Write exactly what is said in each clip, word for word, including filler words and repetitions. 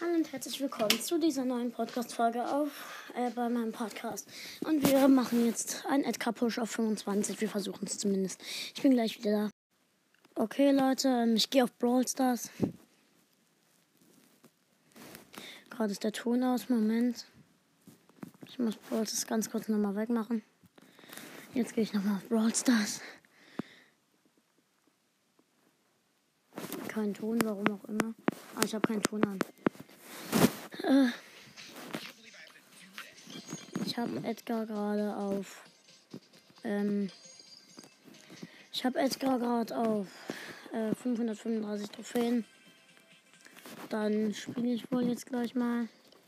Hallo und herzlich willkommen zu dieser neuen Podcast-Folge auf äh, bei meinem Podcast. Und wir machen jetzt einen Edgar-Push auf fünfundzwanzig. Wir versuchen es zumindest. Ich bin gleich wieder da. Okay, Leute, ich gehe auf Brawl Stars. Gerade ist der Ton aus. Moment. Ich muss Brawl Stars ganz kurz nochmal wegmachen. Jetzt gehe ich nochmal auf Brawl Stars. Kein Ton, warum auch immer. Ah, ich habe keinen Ton an. Äh, ich habe Edgar gerade auf. Ähm, ich habe Edgar gerade auf äh, fünfhundertfünfunddreißig Trophäen. Dann spiele ich wohl jetzt gleich mal.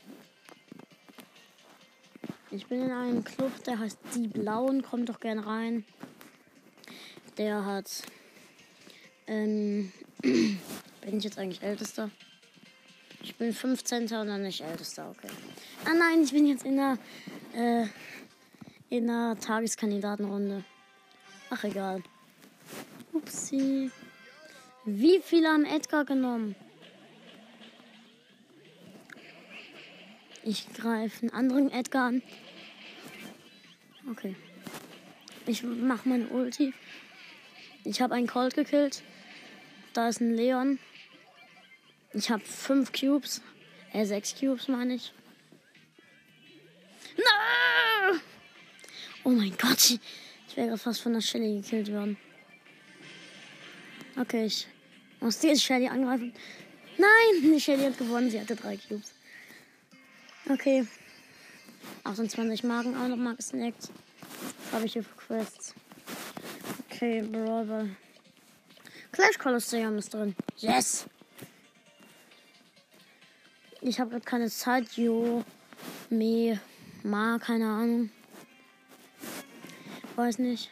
Ich bin in einem Club, der heißt Die Blauen. Kommt doch gerne rein. Der hat. Ähm, bin ich jetzt eigentlich Ältester? Ich bin fünfzehnter und dann nicht Ältester, okay. Ah nein, ich bin jetzt in der, äh, in der Tageskandidatenrunde. Ach, egal. Upsi. Wie viele haben Edgar genommen? Ich greife einen anderen Edgar an. Okay. Ich mache meine Ulti. Ich habe einen Colt gekillt. Da ist ein Leon. Ich habe fünf Cubes. Äh, sechs Cubes meine ich. No! Oh mein Gott. Ich, ich wäre fast von der Shelly gekillt worden. Okay, ich muss die Shelly angreifen. Nein, die Shelly hat gewonnen. Sie hatte drei Cubes. Okay. achtundzwanzig Marken auch noch mal gesnackt. Was habe ich hier für Quests? Okay, Brawler. Clash Colosseum ist drin. Yes! Ich habe gerade keine Zeit. Jo, me, ma, keine Ahnung. Weiß nicht.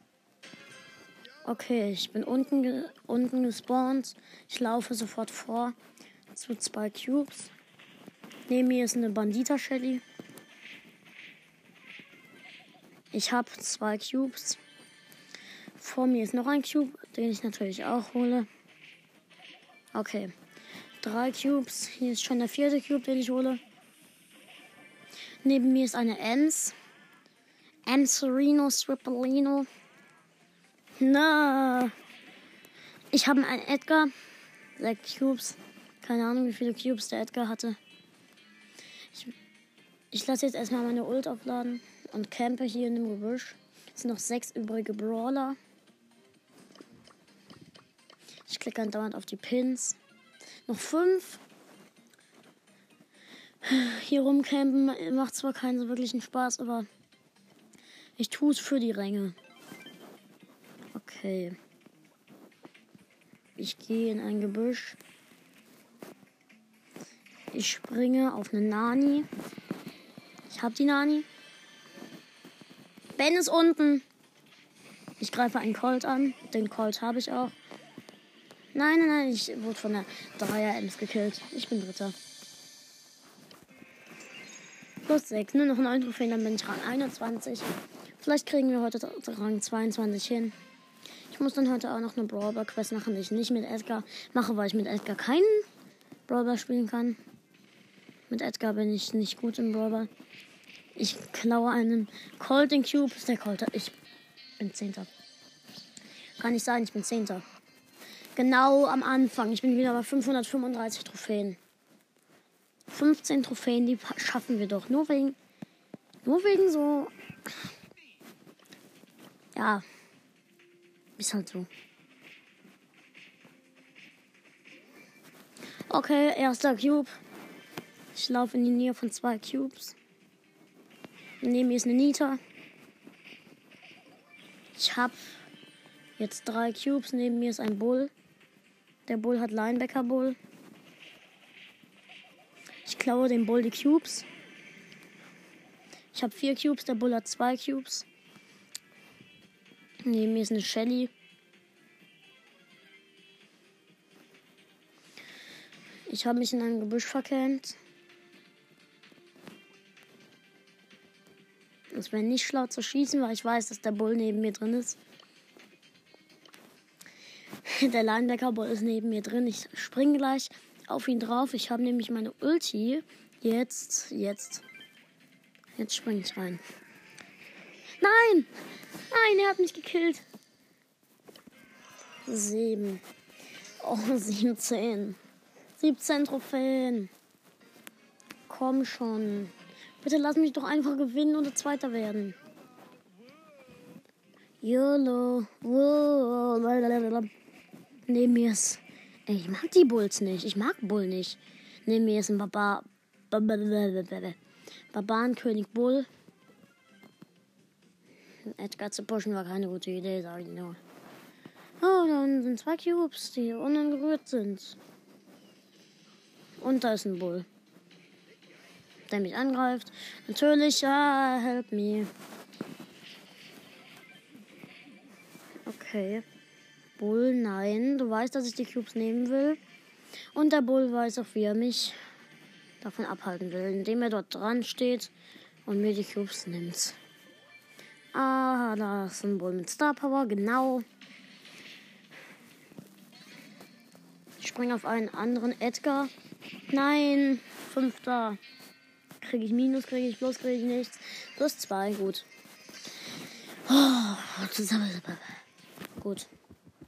Okay, ich bin unten, ge unten gespawnt. Ich laufe sofort vor zu zwei Cubes. Neben mir ist eine Bandita Shelly. Ich habe zwei Cubes. Vor mir ist noch ein Cube, den ich natürlich auch hole. Okay. Drei Cubes. Hier ist schon der vierte Cube, den ich hole. Neben mir ist eine Ems. Emserino Stripolino. Na. Ich habe einen Edgar. Sechs Cubes. Keine Ahnung, wie viele Cubes der Edgar hatte. Ich, ich lasse jetzt erstmal meine Ult aufladen und campe hier in dem Gebüsch. Es sind noch sechs übrige Brawler. Ich klicke andauernd auf die Pins. Noch fünf. Hier rumcampen macht zwar keinen so wirklichen Spaß, aber ich tue es für die Ränge. Okay. Ich gehe in ein Gebüsch. Ich springe auf eine Nani. Ich habe die Nani. Ben ist unten. Ich greife einen Colt an. Den Colt habe ich auch. Nein, nein, nein, ich wurde von der Dreier-Ems gekillt. Ich bin Dritter. Plus sechs, nur noch neun Trophäen, dann bin ich Rang einundzwanzig. Vielleicht kriegen wir heute Rang zweiundzwanzig hin. Ich muss dann heute auch noch eine Brawler-Quest machen, die ich nicht mit Edgar mache, weil ich mit Edgar keinen Brawler spielen kann. Mit Edgar bin ich nicht gut im Brawler. Ich klaue einen Colt in Cube. Ist der Colt? Ich bin Zehnter. Kann nicht sein, ich bin Zehnter. Genau am Anfang. Ich bin wieder bei fünfhundertfünfunddreißig Trophäen. fünfzehn Trophäen, die schaffen wir doch. Nur wegen, nur wegen so... Ja. Ist halt so. Okay, erster Cube. Ich laufe in die Nähe von zwei Cubes. Neben mir ist eine Nita. Ich habe jetzt drei Cubes. Neben mir ist ein Bull. Der Bull hat Linebacker Bull. Ich klaue dem Bull die Cubes. Ich habe vier Cubes. Der Bull hat zwei Cubes. Neben mir ist eine Shelly. Ich habe mich in einem Gebüsch verkämmt. Es wäre nicht schlau zu schießen, weil ich weiß, dass der Bull neben mir drin ist. Der Linebacker Bull ist neben mir drin. Ich springe gleich auf ihn drauf. Ich habe nämlich meine Ulti. Jetzt, jetzt. Jetzt springe ich rein. Nein! Nein, er hat mich gekillt. Sieben. Oh, siebzehn. siebzehn Trophäen. Komm schon. Bitte lass mich doch einfach gewinnen oder Zweiter werden. YOLO. Neben mir ist... Ey, ich mag die Bulls nicht. Ich mag Bull nicht. Neben mir ist ein Barbar... Barbarenkönig Bull. Edgar zu pushen war keine gute Idee, sage ich nur. Oh, da unten sind zwei Cubes, die unangerührt sind. Und da ist ein Bull, der mich angreift. Natürlich, ja, help me. Okay. Bull, nein. Du weißt, dass ich die Cubes nehmen will. Und der Bull weiß auch, wie er mich davon abhalten will, indem er dort dran steht und mir die Cubes nimmt. Ah, da ist ein Bull mit Star Power, genau. Ich springe auf einen anderen Edgar. Nein, fünfter. Kriege ich Minus, kriege ich Plus, kriege ich nichts. Plus zwei, gut. Oh, gut.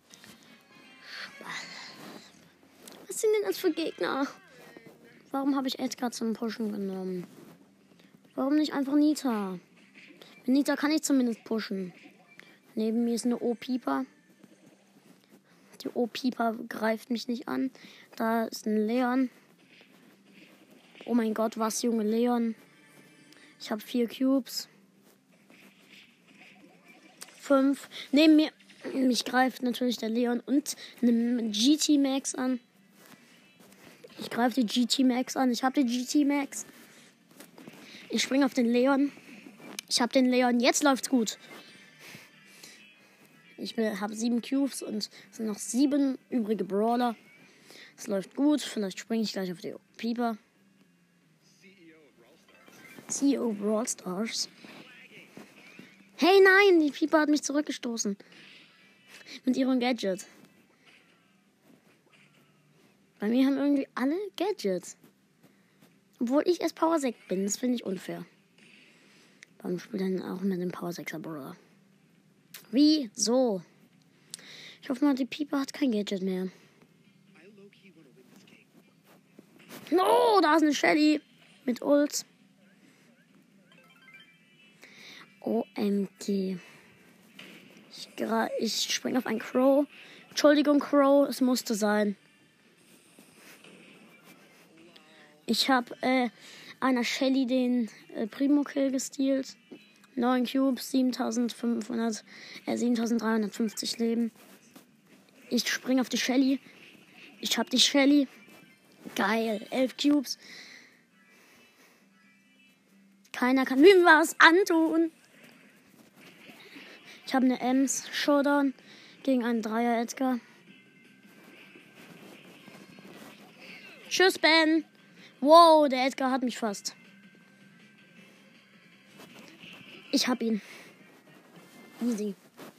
Was sind denn das für Gegner? Warum habe ich Edgar zum Pushen genommen? Warum nicht einfach Nita? Mit Nita kann ich zumindest pushen. Neben mir ist eine O-Pieper. Die O-Pieper greift mich nicht an. Da ist ein Leon. Oh mein Gott, was, junge Leon. Ich habe vier Cubes. Fünf. Neben mir, mich greift natürlich der Leon und eine G T Max an. Ich greife die G T Max an. Ich habe die G T Max. Ich springe auf den Leon. Ich habe den Leon. Jetzt läuft's gut. Ich habe sieben Cubes und es sind noch sieben übrige Brawler. Es läuft gut. Vielleicht springe ich gleich auf die Pieper. C E O Brawl Stars. Hey, nein! Die Pieper hat mich zurückgestoßen. Mit ihrem Gadget. Bei mir haben irgendwie alle Gadgets. Obwohl ich erst Power sechs bin. Das finde ich unfair. Warum spielt dann auch mit dem Power sechser Brawler? Wieso? Ich hoffe mal, die Pieper hat kein Gadget mehr. Oh, da ist eine Shelly mit Ult. O M G. Ich, ich springe auf einen Crow. Entschuldigung, Crow, es musste sein. Ich habe äh, einer Shelly den äh, Primo-Kill gestealt. neun Cubes, siebentausendfünfhundert, äh, siebentausenddreihundertfünfzig Leben. Ich springe auf die Shelly. Ich habe die Shelly. Geil, elf Cubes. Keiner kann mir was antun. Ich habe eine Ems Showdown gegen einen Dreier Edgar. Tschüss, Ben. Wow, der Edgar hat mich fast. Ich hab ihn. Easy.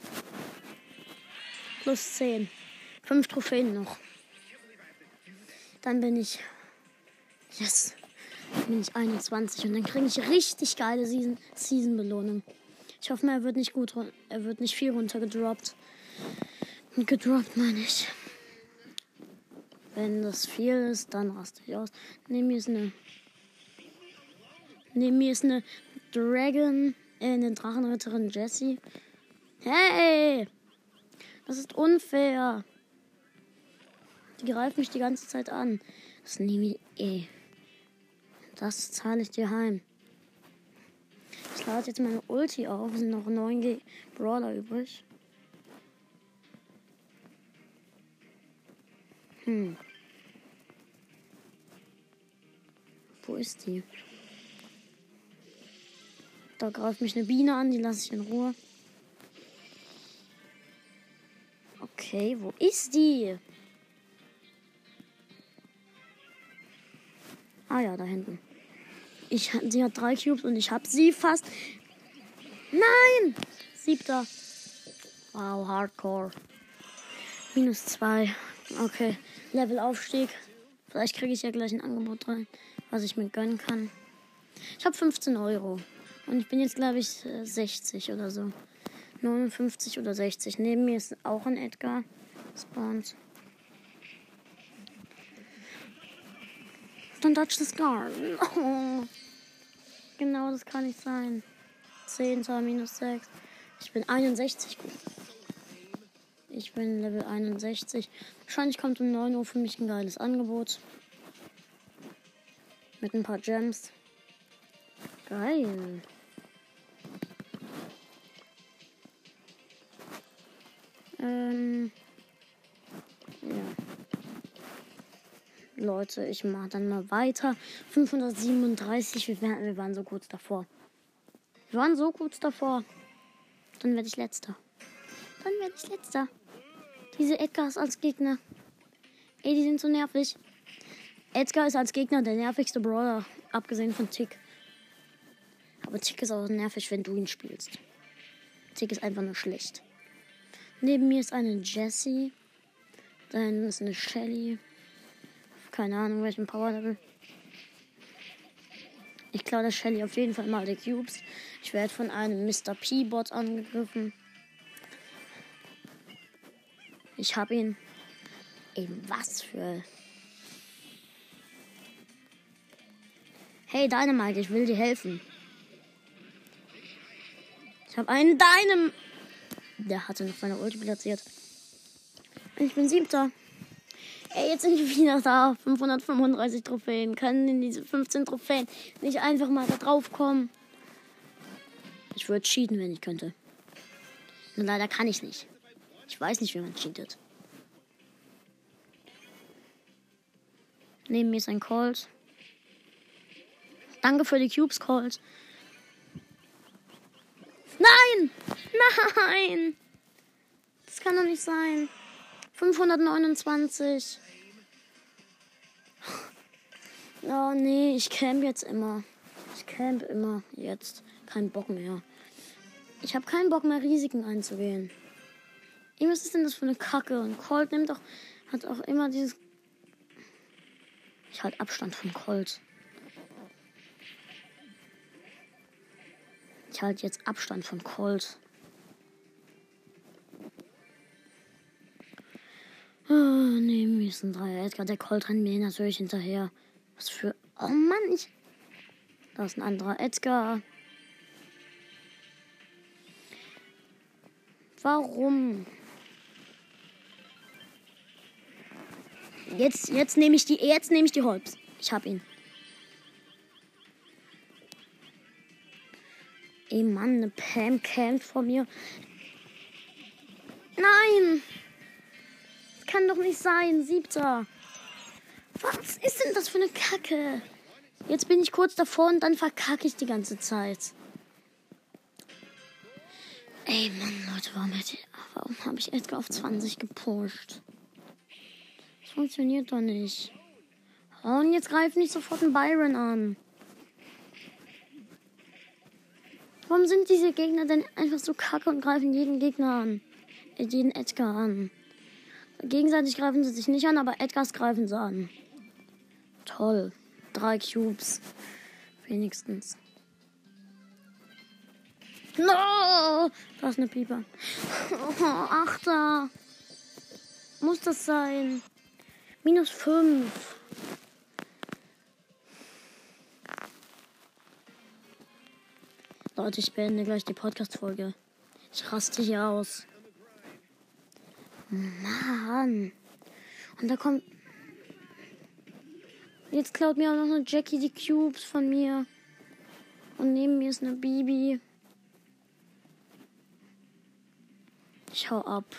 Plus zehn. Fünf Trophäen noch. Dann bin ich... Yes. Dann bin ich einundzwanzig und dann kriege ich richtig geile Season, Season-Belohnung. Ich hoffe mal, er wird nicht gut, er wird nicht viel runtergedroppt. Und gedroppt meine ich. Wenn das viel ist, dann raste ich aus. Neben mir ist eine... Neben mir ist eine Dragon... eine Drachenritterin Jessie. Hey! Das ist unfair. Die greift mich die ganze Zeit an. Das nehme ich eh. Das zahle ich dir heim. Ich lade jetzt meine Ulti auf. Es sind noch neun G Brawler übrig. Hm. Wo ist die? Da greift mich eine Biene an, die lasse ich in Ruhe. Okay, wo ist die? Ah ja, da hinten. Ich, sie hat drei Cubes und ich habe sie fast. Nein! Siebter. Wow, Hardcore. Minus zwei. Okay, Levelaufstieg. Vielleicht kriege ich ja gleich ein Angebot rein, was ich mir gönnen kann. Ich habe fünfzehn Euro. Und ich bin jetzt, glaube ich, sechzig oder so. neunundfünfzig oder sechzig. Neben mir ist auch ein Edgar. Spawns. Dann Dodge the Garden. Oh. Genau, das kann nicht sein. zehn, zwei, minus sechs. Ich bin einundsechzig. Ich bin Level einundsechzig. Wahrscheinlich kommt um neun Uhr für mich ein geiles Angebot. Mit ein paar Gems. Geil. Ähm. Ja. Leute, ich mache dann mal weiter. fünfhundertsiebenunddreißig. Wir waren, wir waren so kurz davor. Wir waren so kurz davor. Dann werde ich Letzter. Dann werde ich Letzter. Diese Edgars als Gegner. Ey, die sind so nervig. Edgar ist als Gegner der nervigste Brawler. Abgesehen von Tick. Aber Tick ist auch nervig, wenn du ihn spielst. Tick ist einfach nur schlecht. Neben mir ist eine Jessie. Dann ist eine Shelly. Keine Ahnung, welchen Power Level. Ich klaue der Shelly auf jeden Fall mal die Cubes. Ich werde von einem Mister P-Bot angegriffen. Ich hab ihn. Eben was für... Hey Dynamite, ich will dir helfen. Ich habe einen Dynam... Der hatte noch seine Ulti platziert. Ich bin siebter. Ey, jetzt sind wir wieder da. fünfhundertfünfunddreißig Trophäen. Können in diese fünfzehn Trophäen nicht einfach mal da drauf kommen? Ich würde cheaten, wenn ich könnte. Nur leider kann ich nicht. Ich weiß nicht, wie man cheatet. Neben mir ist ein Colt. Danke für die Cubes, Colt. Nein! Nein! Das kann doch nicht sein. fünfhundertneunundzwanzig. Oh nee, ich camp jetzt immer. Ich camp immer jetzt. Kein Bock mehr. Ich habe keinen Bock mehr, Risiken einzugehen. Was ist denn das für eine Kacke? Und Colt nimmt auch, hat auch immer dieses... Ich halte Abstand von Colt. Ich halte jetzt Abstand von Colt. Oh, neben mir ist ein Dreier. Edgar, der Colt rennt mir natürlich hinterher. Was für... Oh Mann, ich... Da ist ein anderer Edgar. Warum? Jetzt, jetzt nehme ich die... Jetzt nehme ich die Holz. Ich hab ihn. Ey Mann, eine Pam campt vor mir. Nein! Das kann doch nicht sein. Siebter. Was ist denn das für eine Kacke? Jetzt bin ich kurz davor und dann verkacke ich die ganze Zeit. Ey Mann, Leute, warum, warum habe ich Edgar auf zwanzig gepusht? Das funktioniert doch nicht. Oh, und jetzt greift nicht sofort ein Byron an. Warum sind diese Gegner denn einfach so kacke und greifen jeden Gegner an? Äh, jeden Edgar an. Gegenseitig greifen sie sich nicht an, aber Edgars greifen sie an. Toll. Drei Cubes. Wenigstens. No! Da ist eine Pieper. Oh, Achter. Muss das sein? Minus fünf. Leute, ich beende gleich die Podcast-Folge. Ich raste hier aus. Mann. Und da kommt... Jetzt klaut mir auch noch eine Jackie die Cubes von mir. Und neben mir ist eine Bibi. Ich hau ab.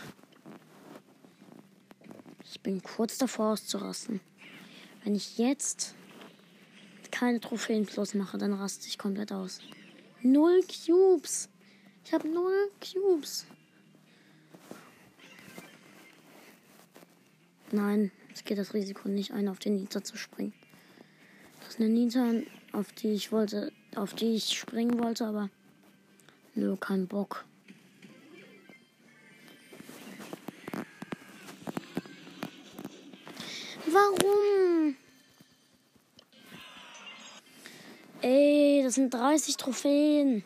Ich bin kurz davor auszurasten. Wenn ich jetzt keine Trophäen plus mache, dann raste ich komplett aus. Null Cubes. Ich habe null Cubes. Nein, es geht das Risiko nicht ein, auf den Nita zu springen. Das ist eine Nita, auf die ich wollte, auf die ich springen wollte, aber nö, kein Bock. Warum? Ey, das sind dreißig Trophäen.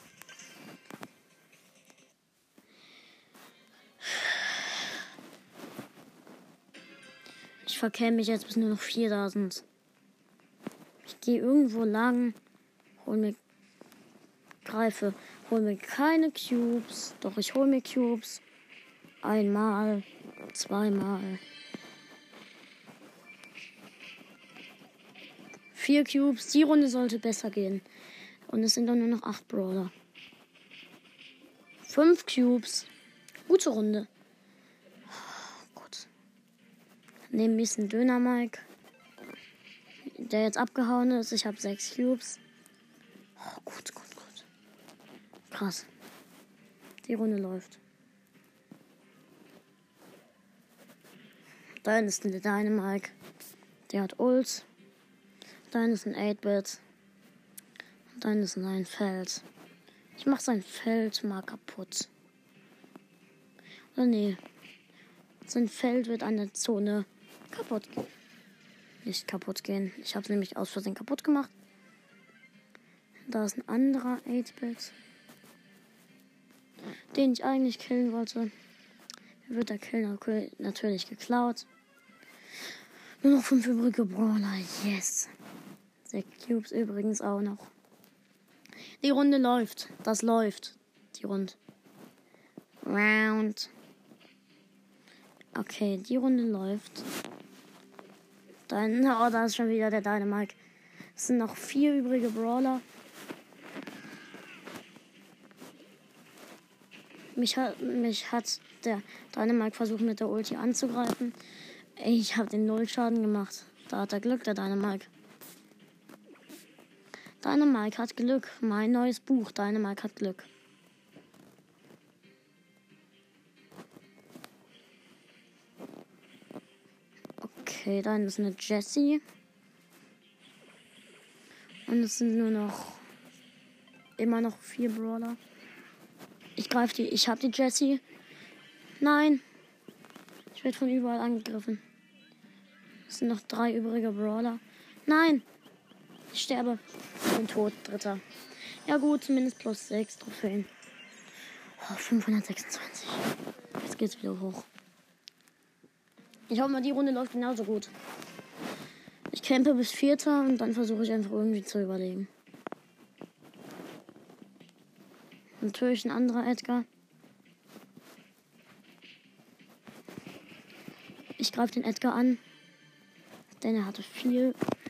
Ich verkäme mich jetzt, bis nur noch vier da sind. Ich gehe irgendwo lang, hol mir, greife, hol mir keine Cubes. Doch ich hol mir Cubes. Einmal, zweimal. Vier Cubes. Die Runde sollte besser gehen. Und es sind dann nur noch acht Brawler. Fünf Cubes. Gute Runde. Gut. Nehmen wir einen Döner Mike, der jetzt abgehauen ist. Ich habe sechs Cubes. Oh, gut, gut, gut. Krass. Die Runde läuft. Da ist ein Dynamike. Der hat Ult. Da ist ein acht-Bit. Da ist ein Feld. Ich mach sein Feld mal kaputt. Oder nee. Sein Feld wird an der Zone kaputt gehen. Nicht kaputt gehen. Ich habe es nämlich aus Versehen kaputt gemacht. Da ist ein anderer acht-Bit, den ich eigentlich killen wollte. Wird der Kill natürlich geklaut. Nur noch fünf übrige Brawler. Yes. Sechs Cubes übrigens auch noch. Die Runde läuft. Das läuft. Die Runde. Round. Okay, die Runde läuft. Dann, oh, da ist schon wieder der Dynamike. Es sind noch vier übrige Brawler. Mich hat, mich hat der Dynamike versucht, mit der Ulti anzugreifen. Ich habe den Null Schaden gemacht. Da hat er Glück, der Dynamike. Dynamike hat Glück. Mein neues Buch. Dynamike hat Glück. Okay, dann ist eine Jessie. Und es sind nur noch immer noch vier Brawler. Ich greife die. Ich habe die Jessie. Nein. Ich werde von überall angegriffen. Es sind noch drei übrige Brawler. Nein. Ich sterbe. Ich bin tot. Dritter. Ja gut, zumindest plus sechs Trophäen. Oh, fünfhundertsechsundzwanzig. Jetzt geht's wieder hoch. Ich hoffe mal, die Runde läuft genauso gut. Ich campe bis Vierter und dann versuche ich einfach irgendwie zu überlegen. Natürlich ein anderer Edgar. Ich greife den Edgar an, denn er hatte viel.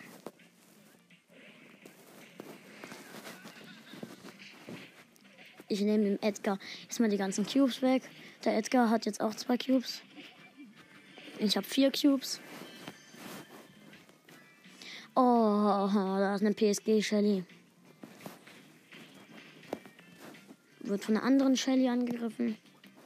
Ich nehme dem Edgar erstmal die ganzen Cubes weg. Der Edgar hat jetzt auch zwei Cubes. Ich habe vier Cubes. Oh, da ist eine P S G Shelly. Wird von einer anderen Shelly angegriffen.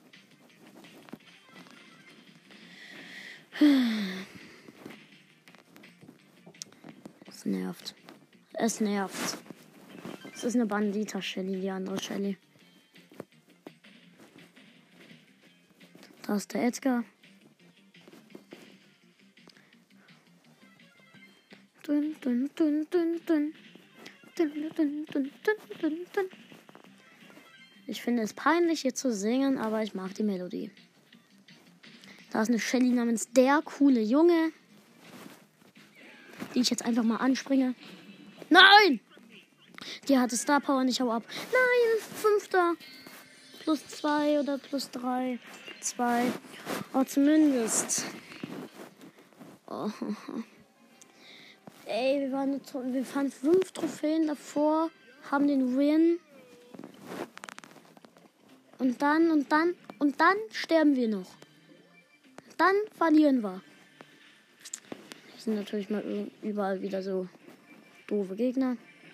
Es nervt. Es nervt. Es ist eine Bandita Shelly, die andere Shelly. Da ist der Edgar. Dun, dun, dun, dun, dun. Dun, dun, dun, dun, dun, dun. Ich finde es peinlich, hier zu singen, aber ich mag die Melodie. Da ist eine Shelly namens Der coole Junge, die ich jetzt einfach mal anspringe. Nein! Die hatte Star Power und ich hau ab. Nein, fünfter. Plus zwei oder plus drei. Zwei. Oh, zumindest. Oh. Ey, wir waren, wir fahren fünf Trophäen davor, haben den Win. Und dann, und dann, und dann sterben wir noch. Dann verlieren wir. Das sind natürlich mal überall wieder so doofe Gegner.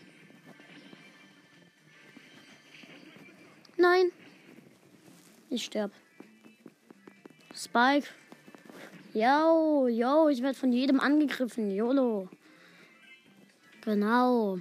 Nein. Ich sterb. Spike. Yo, yo, ich werde von jedem angegriffen. YOLO. Genau.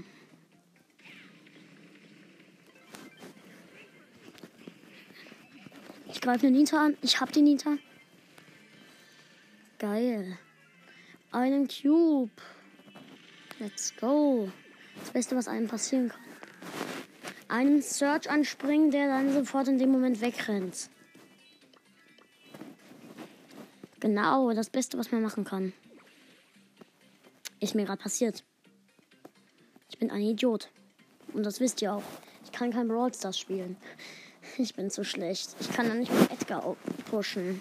Ich greife eine Nita an. Ich hab die Nita. Geil. Einen Cube. Let's go. Das Beste, was einem passieren kann. Einen Search anspringen, der dann sofort in dem Moment wegrennt. Genau, das Beste, was man machen kann. Ist mir gerade passiert. Ich bin ein Idiot. Und das wisst ihr auch. Ich kann kein Brawl Stars spielen. Ich bin zu schlecht. Ich kann dann nicht mit Edgar pushen.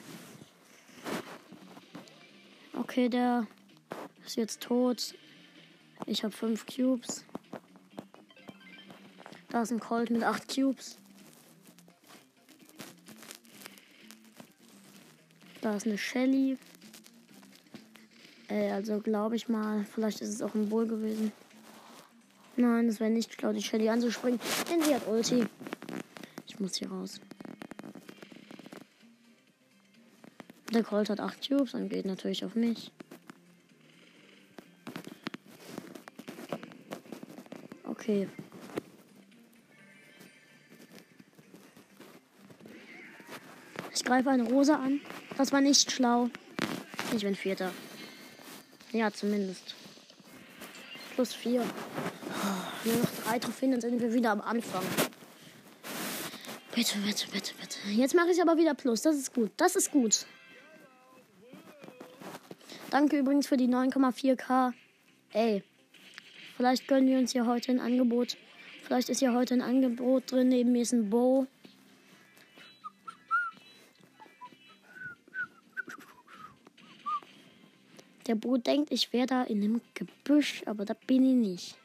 Okay, der ist jetzt tot. Ich habe fünf Cubes. Da ist ein Colt mit acht Cubes. Da ist eine Shelly. Äh, also glaube ich mal, vielleicht ist es auch ein Bull gewesen. Nein, das wäre nicht schlau, die Shelly anzuspringen, denn sie hat Ulti. Ich muss hier raus. Der Colt hat acht Cubes und geht natürlich auf mich. Okay. Ich greife eine Rose an. Das war nicht schlau. Ich bin Vierter. Ja, zumindest. Plus vier. Oh, nur noch drei Trophäen, dann sind wir wieder am Anfang. Bitte, bitte, bitte, bitte. Jetzt mache ich aber wieder Plus. Das ist gut. Das ist gut. Danke übrigens für die neun Komma vier K. Ey. Vielleicht gönnen wir uns hier heute ein Angebot. Vielleicht ist hier heute ein Angebot drin. Neben mir ist ein Bo. Der Bo denkt, ich wäre da in einem Gebüsch, aber da bin ich nicht.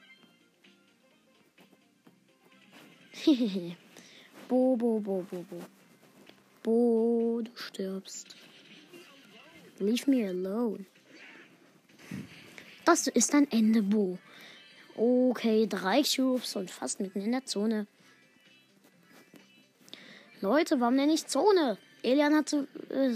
Bo, Bo, Bo, Bo, Bo. Bo, du stirbst. Leave me alone. Das ist ein Ende, Bo. Okay, drei Cubes und fast mitten in der Zone. Leute, warum nenne ich Zone? Elian hat so...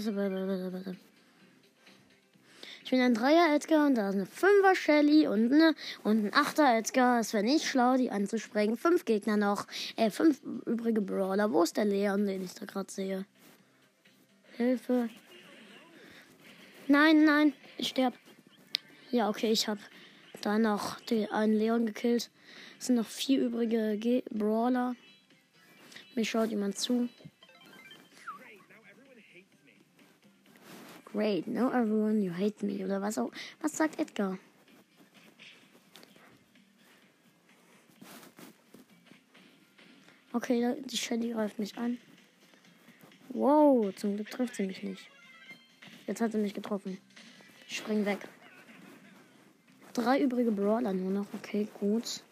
Ich bin ein Dreier Edgar und da ist eine Fünfer Shelly und, eine, und ein Achter Edgar. Es wäre nicht schlau, die anzusprengen. Fünf Gegner noch. Äh, fünf übrige Brawler. Wo ist der Leon, den ich da gerade sehe? Hilfe. Nein, nein, ich sterb. Ja, okay, ich habe da noch die, einen Leon gekillt. Es sind noch vier übrige Ge Brawler. Mir schaut jemand zu. Great, no everyone, you hate me. Oder was auch. Was sagt Edgar? Okay, die Shelly greift mich an. Wow, zum Glück trifft sie mich nicht. Jetzt hat sie mich getroffen. Ich spring weg. Drei übrige Brawler nur noch. Okay, gut.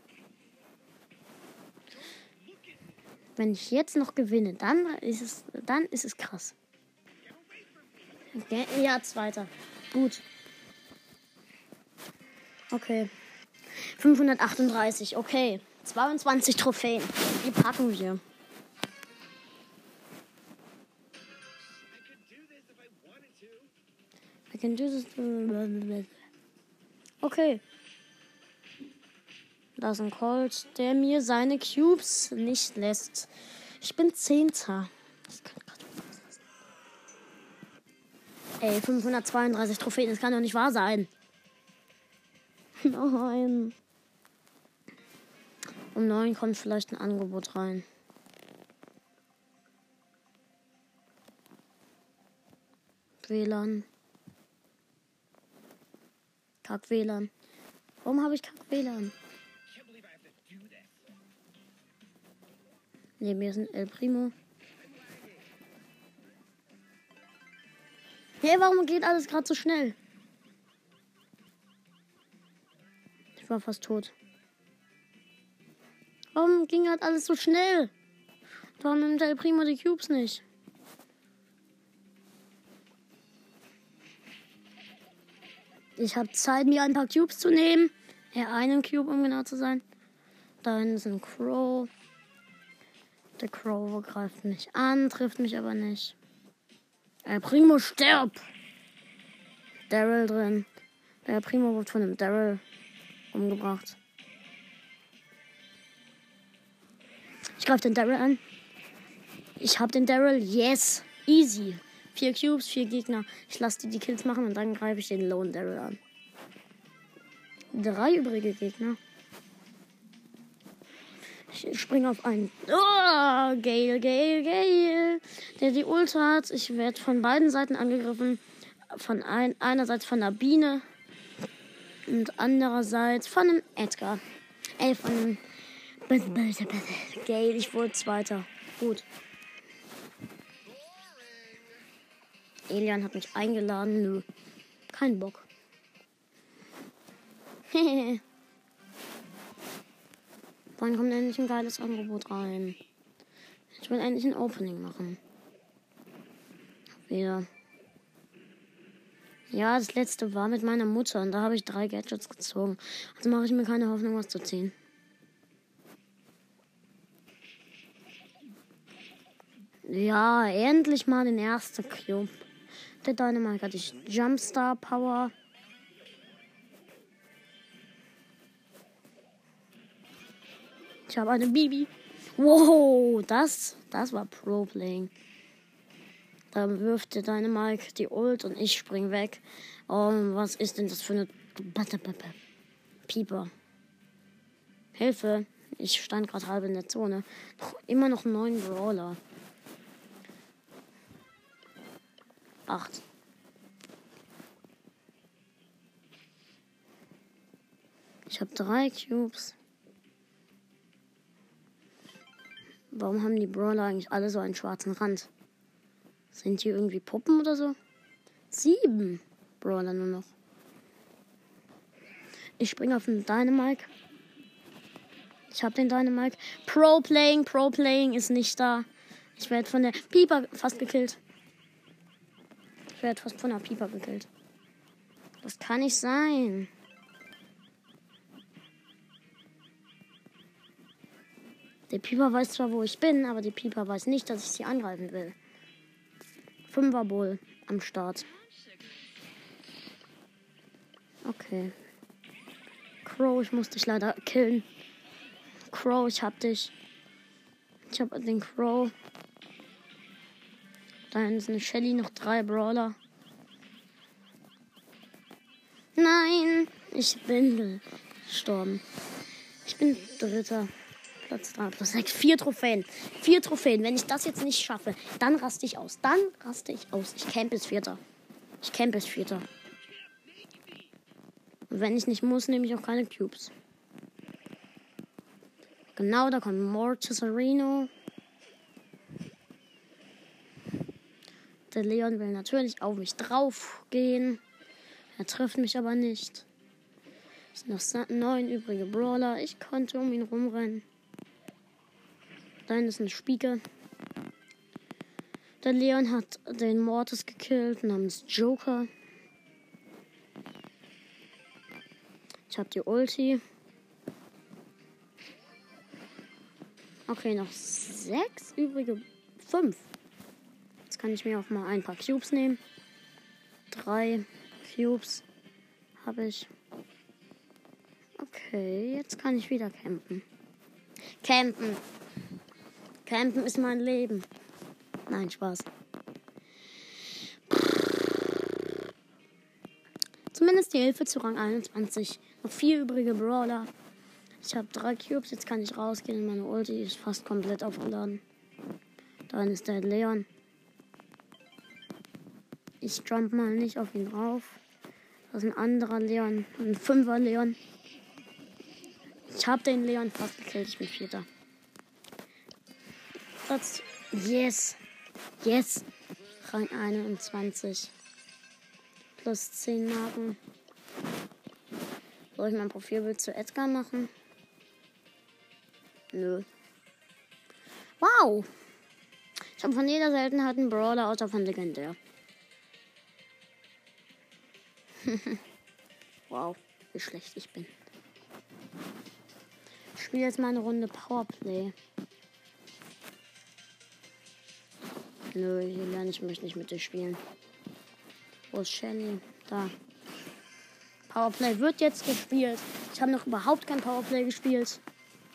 Wenn ich jetzt noch gewinne, dann ist es, dann ist es krass. Okay, ja, zweiter. Gut. Okay. fünfhundertachtunddreißig. Okay. zweiundzwanzig Trophäen. Die packen wir. I can do this. Okay. Da ist ein Colt, der mir seine Cubes nicht lässt. Ich bin Zehnter. Ich kann gerade Ey, fünfhundertzweiunddreißig Trophäen, das kann doch nicht wahr sein. Nein. Um neun kommt vielleicht ein Angebot rein. W L A N. Kack W L A N. Warum habe ich Kack W L A N? Neben mir ist ein El Primo. Hey, warum geht alles gerade so schnell? Ich war fast tot. Warum ging halt alles so schnell? Warum nimmt El Primo die Cubes nicht? Ich habe Zeit, mir ein paar Cubes zu nehmen. Ja, einen Cube, um genau zu sein. Da hinten ist ein Crow. Der Crow greift mich an, trifft mich aber nicht. El Primo stirbt. Daryl drin. Der Primo wird von einem Daryl umgebracht. Ich greife den Daryl an. Ich hab den Daryl. Yes. Easy. Vier Cubes, vier Gegner. Ich lasse die die Kills machen und dann greife ich den Lone Daryl an. Drei übrige Gegner. Ich springe auf einen. Oh, Gale, Gale, Gale. Der die Ult hat. Ich werde von beiden Seiten angegriffen. Von ein, einerseits von der Biene. Und andererseits von einem Edgar. Ey, von einem Gale. Ich wurde Zweiter. Gut. Elian hat mich eingeladen. Nö. Kein Bock. Hehehe. Wann kommt endlich ein geiles Angebot rein? Ich will endlich ein Opening machen. Wieder. Ja, das letzte war mit meiner Mutter und da habe ich drei Gadgets gezogen. Also mache ich mir keine Hoffnung, was zu ziehen. Ja, endlich mal den ersten Cube. Der Dynamite hatte ich Jumpstar Power. Ich habe eine Bibi. Wow, das, das war Pro-Playing. Da wirft der Dynamite die Ult und ich spring weg. Oh, was ist denn das für eine Pieper? Hilfe. Ich stand gerade halb in der Zone. Noch, immer noch neun Brawler. Acht. Ich habe drei Cubes. Warum haben die Brawler eigentlich alle so einen schwarzen Rand? Sind die irgendwie Puppen oder so? Sieben Brawler nur noch. Ich springe auf den Dynamite. Ich habe den Dynamite. Pro-Playing, Pro-Playing ist nicht da. Ich werde von der Pieper fast gekillt. Ich werde fast von der Pieper gekillt. Das kann nicht sein. Der Pieper weiß zwar, wo ich bin, aber die Pieper weiß nicht, dass ich sie angreifen will. Fünfer Bull am Start. Okay. Crow, ich muss dich leider killen. Crow, ich hab dich. Ich hab den Crow. Da ist eine Shelly, noch drei Brawler. Nein, ich bin gestorben. Ich bin Dritter. Platz drei, plus sechs. Vier Trophäen. Vier Trophäen. Wenn ich das jetzt nicht schaffe, dann raste ich aus. Dann raste ich aus. Ich camp bis Vierter. Ich camp bis Vierter. Und wenn ich nicht muss, nehme ich auch keine Cubes. Genau, da kommt Mortis Areno. Der Leon will natürlich auf mich drauf gehen. Er trifft mich aber nicht. Es sind noch neun übrige Brawler. Ich konnte um ihn rumrennen. Da ist ein Spiegel. Der Leon hat den Mortis gekillt namens Joker. Ich habe die Ulti. Okay, noch sechs übrige. Fünf. Jetzt kann ich mir auch mal ein paar Cubes nehmen. Drei Cubes habe ich. Okay, jetzt kann ich wieder campen. Campen. Campen ist mein Leben. Nein, Spaß. Zumindest die Hilfe zu Rang einundzwanzig. Noch vier übrige Brawler. Ich habe drei Cubes, jetzt kann ich rausgehen. Meine Ulti ist fast komplett aufgeladen. Da ist der Leon. Ich jump mal nicht auf ihn drauf. Das ist ein anderer Leon. Ein Fünfer Leon. Ich habe den Leon fast gekillt. Ich bin Vierter. Platz. Yes. Yes. Rang einundzwanzig. Plus zehn Marken. Soll ich mein Profilbild zu Edgar machen? Nö. Wow. Ich habe von jeder Seltenheit einen Brawler, außer von Legendär. Wow, wie schlecht ich bin. Ich spiele jetzt mal eine Runde Powerplay. Nö, Julian, ich möchte nicht mit dir spielen. Wo ist Shelly? Da. Powerplay wird jetzt gespielt. Ich habe noch überhaupt kein Powerplay gespielt.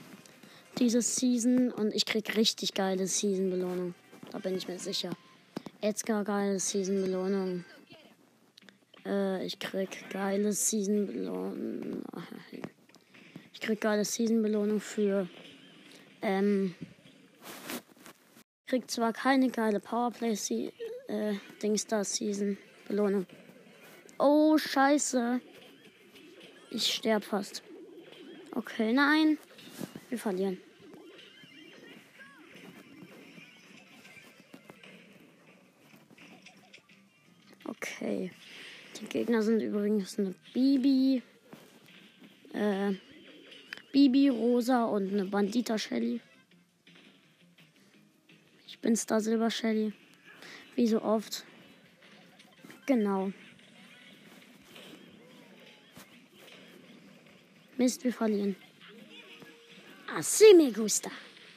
Diese Season. Und ich krieg richtig geile Season-Belohnung. Da bin ich mir sicher. Edgar, geile Season-Belohnung. Äh, ich krieg geile Season-Belohnung. Ich krieg geile Season-Belohnung für, ähm, ich krieg zwar keine geile Powerplay äh, Dingstar Season Belohnung. Oh, scheiße. Ich sterb fast. Okay, nein. Wir verlieren. Okay. Die Gegner sind übrigens eine Bibi. Äh, Bibi, Rosa und eine Bandita Shelly. Ich bin Star Silber Shelly. Wie so oft. Genau. Mist, wir verlieren. Así me gusta.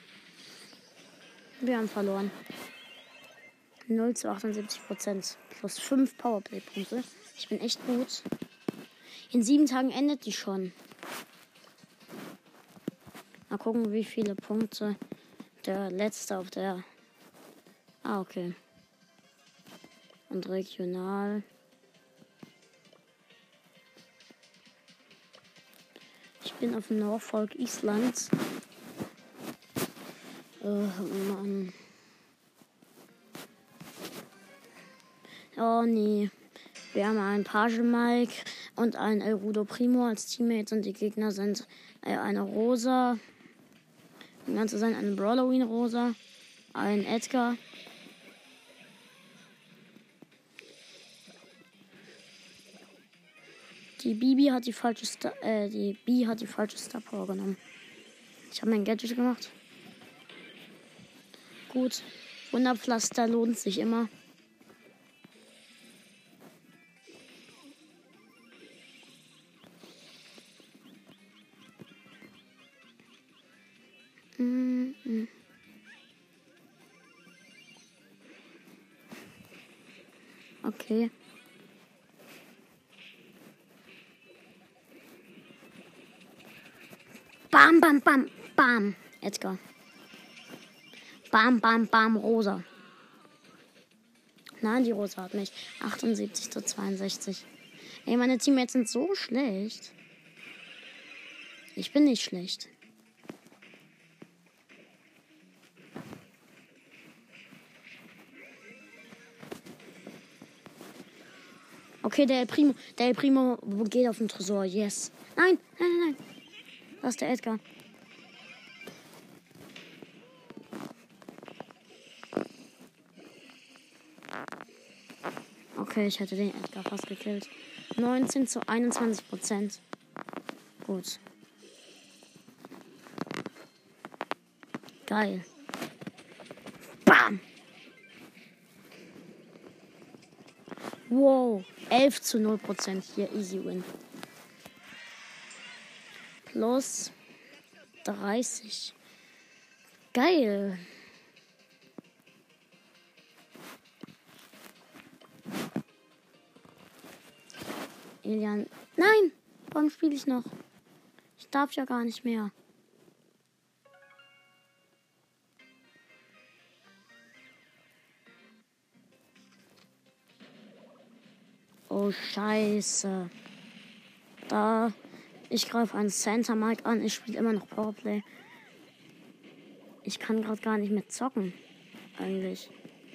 Wir haben verloren. null zu achtundsiebzig Prozent. Plus fünf Powerplay-Punkte. Ich bin echt gut. In sieben Tagen endet die schon. Mal gucken, wie viele Punkte der letzte auf der... Ah, okay. Und regional. Ich bin auf Norfolk Island. Oh Mann. Oh nee. Wir haben einen Page Mike und einen El Rudo Primo als Teammates und die Gegner sind äh, eine Rosa. Um ganz zu sein, eine Brawloween Rosa. Ein Edgar. Die Bibi hat die falsche Star, äh, die B hat die falsche Star Power genommen. Ich habe mein Gadget gemacht. Gut. Wunderpflaster lohnt sich immer. Mm-mm. Okay. Bam, bam, bam, bam. Edgar. Bam, bam, bam, Rosa. Nein, die Rosa hat mich. achtundsiebzig zu zweiundsechzig. Ey, meine Teammates sind so schlecht. Ich bin nicht schlecht. Okay, der El Primo. Der El Primo geht auf den Tresor. Yes. Nein, nein, nein, nein. Das ist der Edgar. Okay, ich hätte den Edgar fast gekillt. neunzehn zu einundzwanzig Prozent. Gut. Geil. Bam. Wow. elf zu null Prozent hier. Easy win. Plus dreißig. Geil. Elian. Nein! Warum spiele ich noch? Ich darf ja gar nicht mehr. Oh, scheiße. Da. Ich greife einen Santa Mike an. Ich spiele immer noch Powerplay. Ich kann gerade gar nicht mehr zocken. Eigentlich.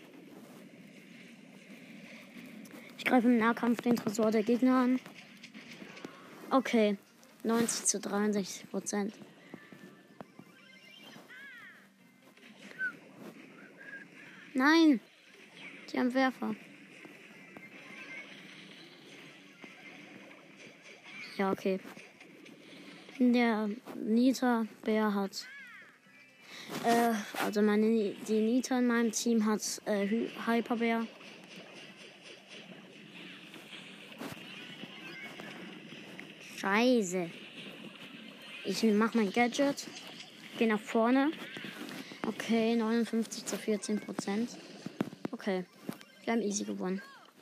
Ich greife im Nahkampf den Tresor der Gegner an. Okay. neunzig zu dreiundsechzig Prozent. Nein. Die haben Werfer. Ja, okay. Der Nita Bär hat. Äh, also meine die Nita in meinem Team hat äh, Hyperbär. Scheiße. Ich mach mein Gadget. Geh nach vorne. Okay, neunundfünfzig zu vierzehn Prozent. Okay. Wir haben easy gewonnen.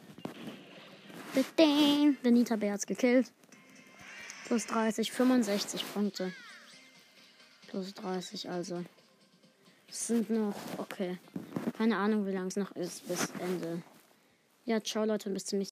Der Nita Bär hat's gekillt. Plus dreißig, fünfundsechzig Punkte. Plus dreißig, also. Es sind noch, okay. Keine Ahnung, wie lange es noch ist bis Ende. Ja, ciao Leute und bis zum nächsten Mal.